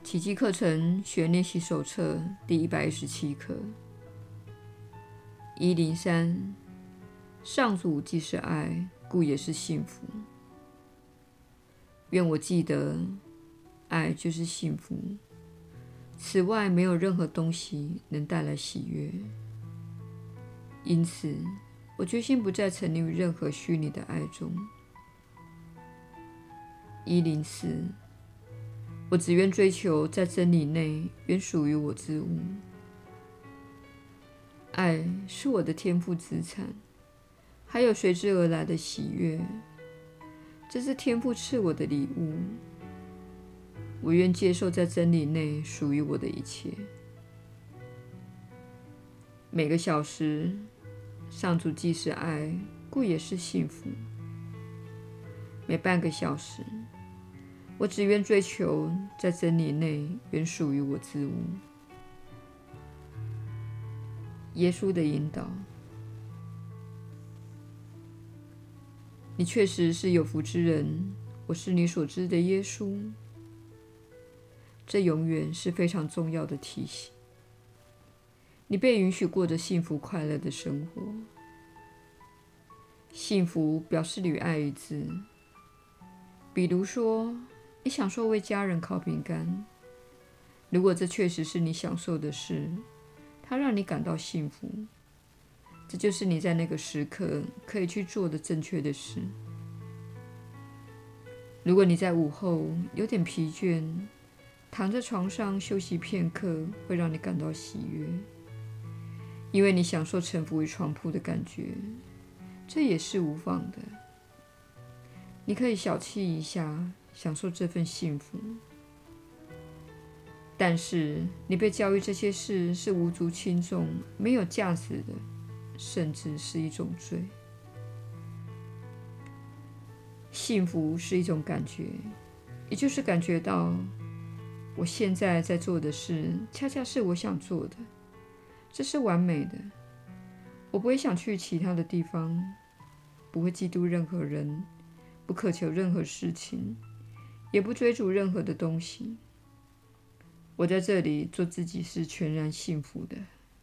奇迹课程学练习手册第117课。103，上主既是爱，故也是幸福。愿我记得，爱就是幸福。此外，没有任何东西能带来喜悦。因此，我决心不再沉溺于任何虚拟的爱中。104，我只愿追求在真理内原属于我之物。爱是我的天赋资产，还有随之而来的喜悦，这是天父赐我的礼物。我愿接受在真理内属于我的一切。每个小时，上主既是爱，故也是幸福。每半个小时，我只愿追求在真理内原属于我之物。耶稣的引导。你确实是有福之人，我是你所知的耶稣。这永远是非常重要的提醒。你被允许过着幸福快乐的生活。幸福表示与爱一致。比如说，你享受为家人烤饼干，如果这确实是你享受的事，它让你感到幸福，这就是你在那个时刻可以去做的正确的事。如果你在午后有点疲倦，躺在床上休息片刻，会让你感到喜悦，因为你享受臣服于床铺的感觉，这也是无妨的。你可以小憩一下，享受这份幸福。但是你被教育这些事是无足轻重、没有价值的，甚至是一种罪。幸福是一种感觉，也就是感觉到我现在在做的事恰恰是我想做的，这是完美的。我不会想去其他的地方，不会嫉妒任何人，不渴求任何事情，也不追逐任何的东西。我在这里做自己是全然幸福的。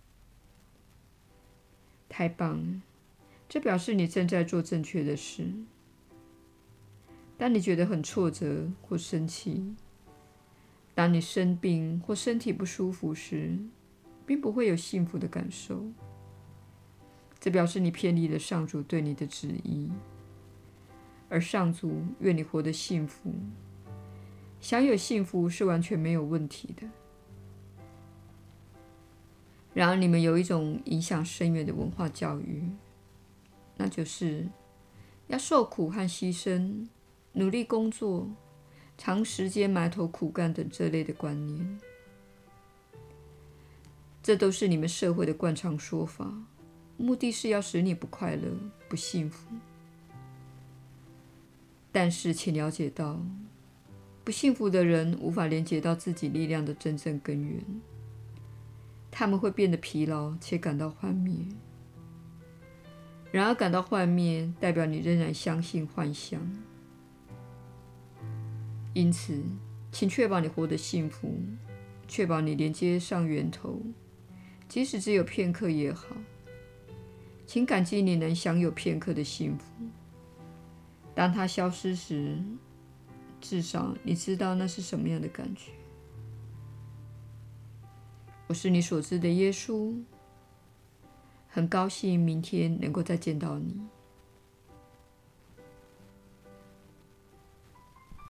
太棒了，这表示你正在做正确的事。当你觉得很挫折或生气，当你生病或身体不舒服时，并不会有幸福的感受。这表示你偏离了上主对你的旨意，而上主愿你活得幸福。享有幸福是完全没有问题的。然而，你们有一种影响深远的文化教育，那就是要受苦和牺牲，努力工作，长时间埋头苦干等这类的观念。这都是你们社会的惯常说法，目的是要使你不快乐、不幸福。但是，请了解到，不幸福的人无法连接到自己力量的真正根源，他们会变得疲劳且感到幻灭。然而，感到幻灭代表你仍然相信幻象。因此，请确保你活得幸福，确保你连接上源头，即使只有片刻也好。请感激你能享有片刻的幸福。当它消失时，至少你知道那是什么样的感觉。我是你所知的耶稣，很高兴明天能够再见到你。